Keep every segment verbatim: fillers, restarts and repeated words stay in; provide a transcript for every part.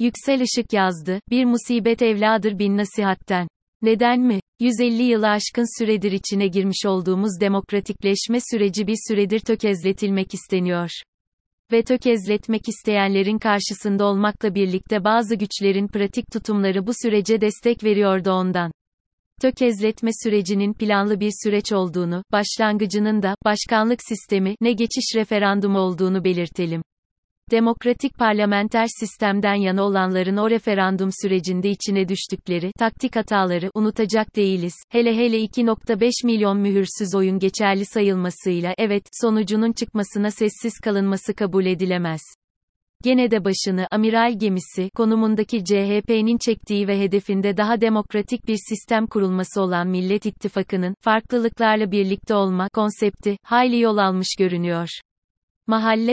Yüksel Işık yazdı, bir musibet evladır bin nasihatten. Neden mi? yüz elli yılı aşkın süredir içine girmiş olduğumuz demokratikleşme süreci bir süredir tökezletilmek isteniyor. Ve tökezletmek isteyenlerin karşısında olmakla birlikte bazı güçlerin pratik tutumları bu sürece destek veriyordu ondan. Tökezletme sürecinin planlı bir süreç olduğunu, başlangıcının da, başkanlık sistemi, ne geçiş referandumu olduğunu belirtelim. Demokratik parlamenter sistemden yana olanların o referandum sürecinde içine düştükleri, taktik hataları, unutacak değiliz, hele hele iki nokta beş milyon mühürsüz oyun geçerli sayılmasıyla, evet, sonucunun çıkmasına sessiz kalınması kabul edilemez. Gene de başını, amiral gemisi, konumundaki C H P'nin çektiği ve hedefinde daha demokratik bir sistem kurulması olan Millet İttifakı'nın, farklılıklarla birlikte olma, konsepti, hayli yol almış görünüyor. Mahalle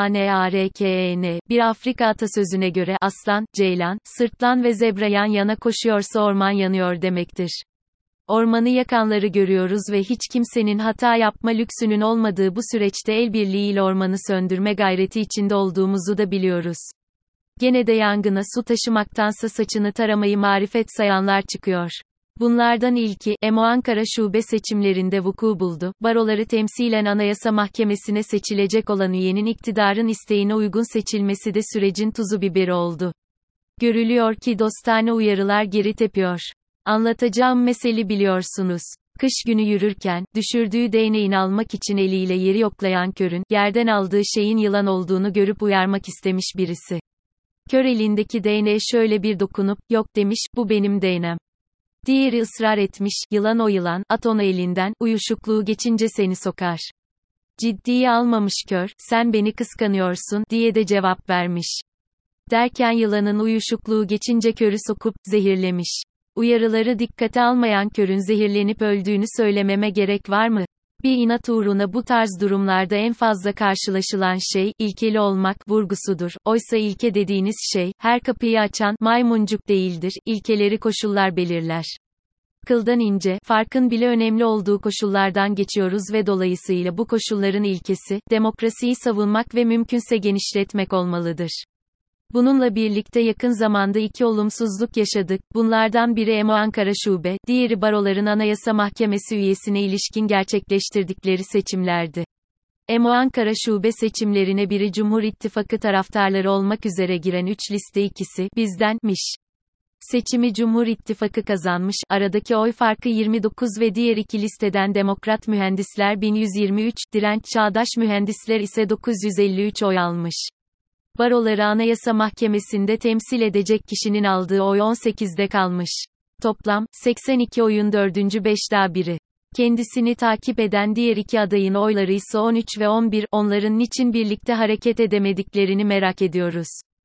yanarken, bir Afrika atasözüne göre, aslan, ceylan, sırtlan ve zebra yan yana koşuyorsa orman yanıyor demektir. Ormanı yakanları görüyoruz ve hiç kimsenin hata yapma lüksünün olmadığı bu süreçte el birliğiyle ormanı söndürme gayreti içinde olduğumuzu da biliyoruz. Gene de yangına su taşımaktansa saçını taramayı marifet sayanlar çıkıyor. Bunlardan ilki, E M O Ankara Şube seçimlerinde vuku buldu, baroları temsilen Anayasa Mahkemesi'ne seçilecek olan üyenin iktidarın isteğine uygun seçilmesi de sürecin tuzu biberi oldu. Görülüyor ki dostane uyarılar geri tepiyor. Anlatacağım mesele biliyorsunuz. Kış günü yürürken, düşürdüğü değneğini almak için eliyle yeri yoklayan körün, yerden aldığı şeyin yılan olduğunu görüp uyarmak istemiş birisi. Kör elindeki değneğe şöyle bir dokunup, yok demiş, bu benim değnem. Diğeri ısrar etmiş, yılan o yılan, at onu elinden, uyuşukluğu geçince seni sokar. Ciddiye almamış kör, sen beni kıskanıyorsun, diye de cevap vermiş. Derken yılanın uyuşukluğu geçince körü sokup, zehirlemiş. Uyarıları dikkate almayan körün zehirlenip öldüğünü söylememe gerek var mı? Bir inat uğruna bu tarz durumlarda en fazla karşılaşılan şey, ilkeli olmak, vurgusudur. Oysa ilke dediğiniz şey, her kapıyı açan, maymuncuk değildir, ilkeleri koşullar belirler. Kıldan ince, farkın bile önemli olduğu koşullardan geçiyoruz ve dolayısıyla bu koşulların ilkesi, demokrasiyi savunmak ve mümkünse genişletmek olmalıdır. Bununla birlikte yakın zamanda iki olumsuzluk yaşadık. Bunlardan biri E M O Ankara Şube, diğeri baroların Anayasa Mahkemesi üyesine ilişkin gerçekleştirdikleri seçimlerdi. E M O Ankara Şube seçimlerine biri Cumhur İttifakı taraftarları olmak üzere giren üç liste ikisi, bizdenmiş. Seçimi Cumhur İttifakı kazanmış, aradaki oy farkı yirmi dokuz ve diğer iki listeden Demokrat Mühendisler bin yüz yirmi üç, Direnç Çağdaş Mühendisler ise dokuz yüz elli üç oy almış. Baroları Anayasa Mahkemesi'nde temsil edecek kişinin aldığı oy on sekizde kalmış. Toplam, seksen iki oyun dördüncü beşte biri. Kendisini takip eden diğer iki adayın oyları ise on üç ve on bir, onların niçin birlikte hareket edemediklerini merak ediyoruz.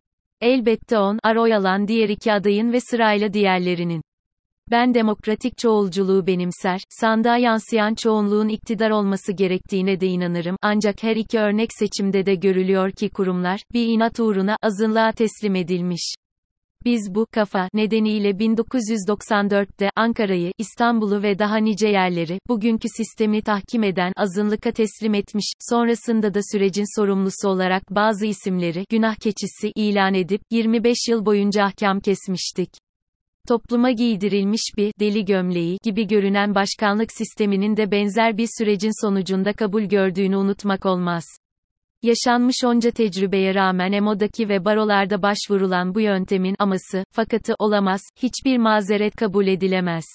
Elbette on ar oy alan diğer iki adayın ve sırayla diğerlerinin. Ben demokratik çoğulculuğu benimser, sandığa yansıyan çoğunluğun iktidar olması gerektiğine de inanırım, ancak her iki örnek seçimde de görülüyor ki kurumlar, bir inat uğruna, azınlığa teslim edilmiş. Biz bu, kafa, nedeniyle bin dokuz yüz doksan dörtte, Ankara'yı, İstanbul'u ve daha nice yerleri, bugünkü sistemi tahkim eden, azınlıka teslim etmiş, sonrasında da sürecin sorumlusu olarak bazı isimleri, günah keçisi, ilan edip, yirmi beş yıl boyunca ahkam kesmiştik. Topluma giydirilmiş bir deli gömleği gibi görünen başkanlık sisteminin de benzer bir sürecin sonucunda kabul gördüğünü unutmak olmaz. Yaşanmış onca tecrübeye rağmen E M O'daki ve barolarda başvurulan bu yöntemin aması, fakatı olamaz, hiçbir mazeret kabul edilemez.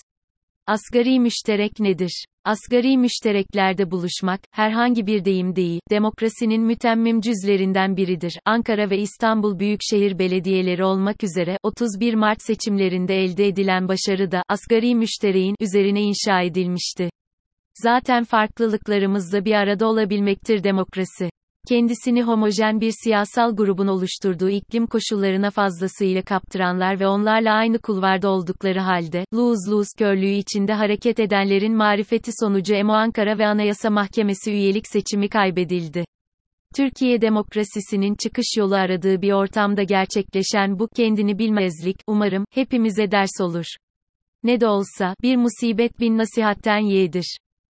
Asgari müşterek nedir? Asgari müştereklerde buluşmak, herhangi bir deyim değil, demokrasinin mütemmim cüzlerinden biridir. Ankara ve İstanbul Büyükşehir Belediyeleri olmak üzere, otuz bir Mart seçimlerinde elde edilen başarı da, asgari müştereğin üzerine inşa edilmişti. Zaten farklılıklarımızla bir arada olabilmektir demokrasi. Kendisini homojen bir siyasal grubun oluşturduğu iklim koşullarına fazlasıyla kaptıranlar ve onlarla aynı kulvarda oldukları halde, lose-lose körlüğü içinde hareket edenlerin marifeti sonucu E M O Ankara ve Anayasa Mahkemesi üyelik seçimi kaybedildi. Türkiye demokrasisinin çıkış yolu aradığı bir ortamda gerçekleşen bu, kendini bilmezlik, umarım, hepimize ders olur. Ne de olsa, bir musibet bin nasihatten yeğdir.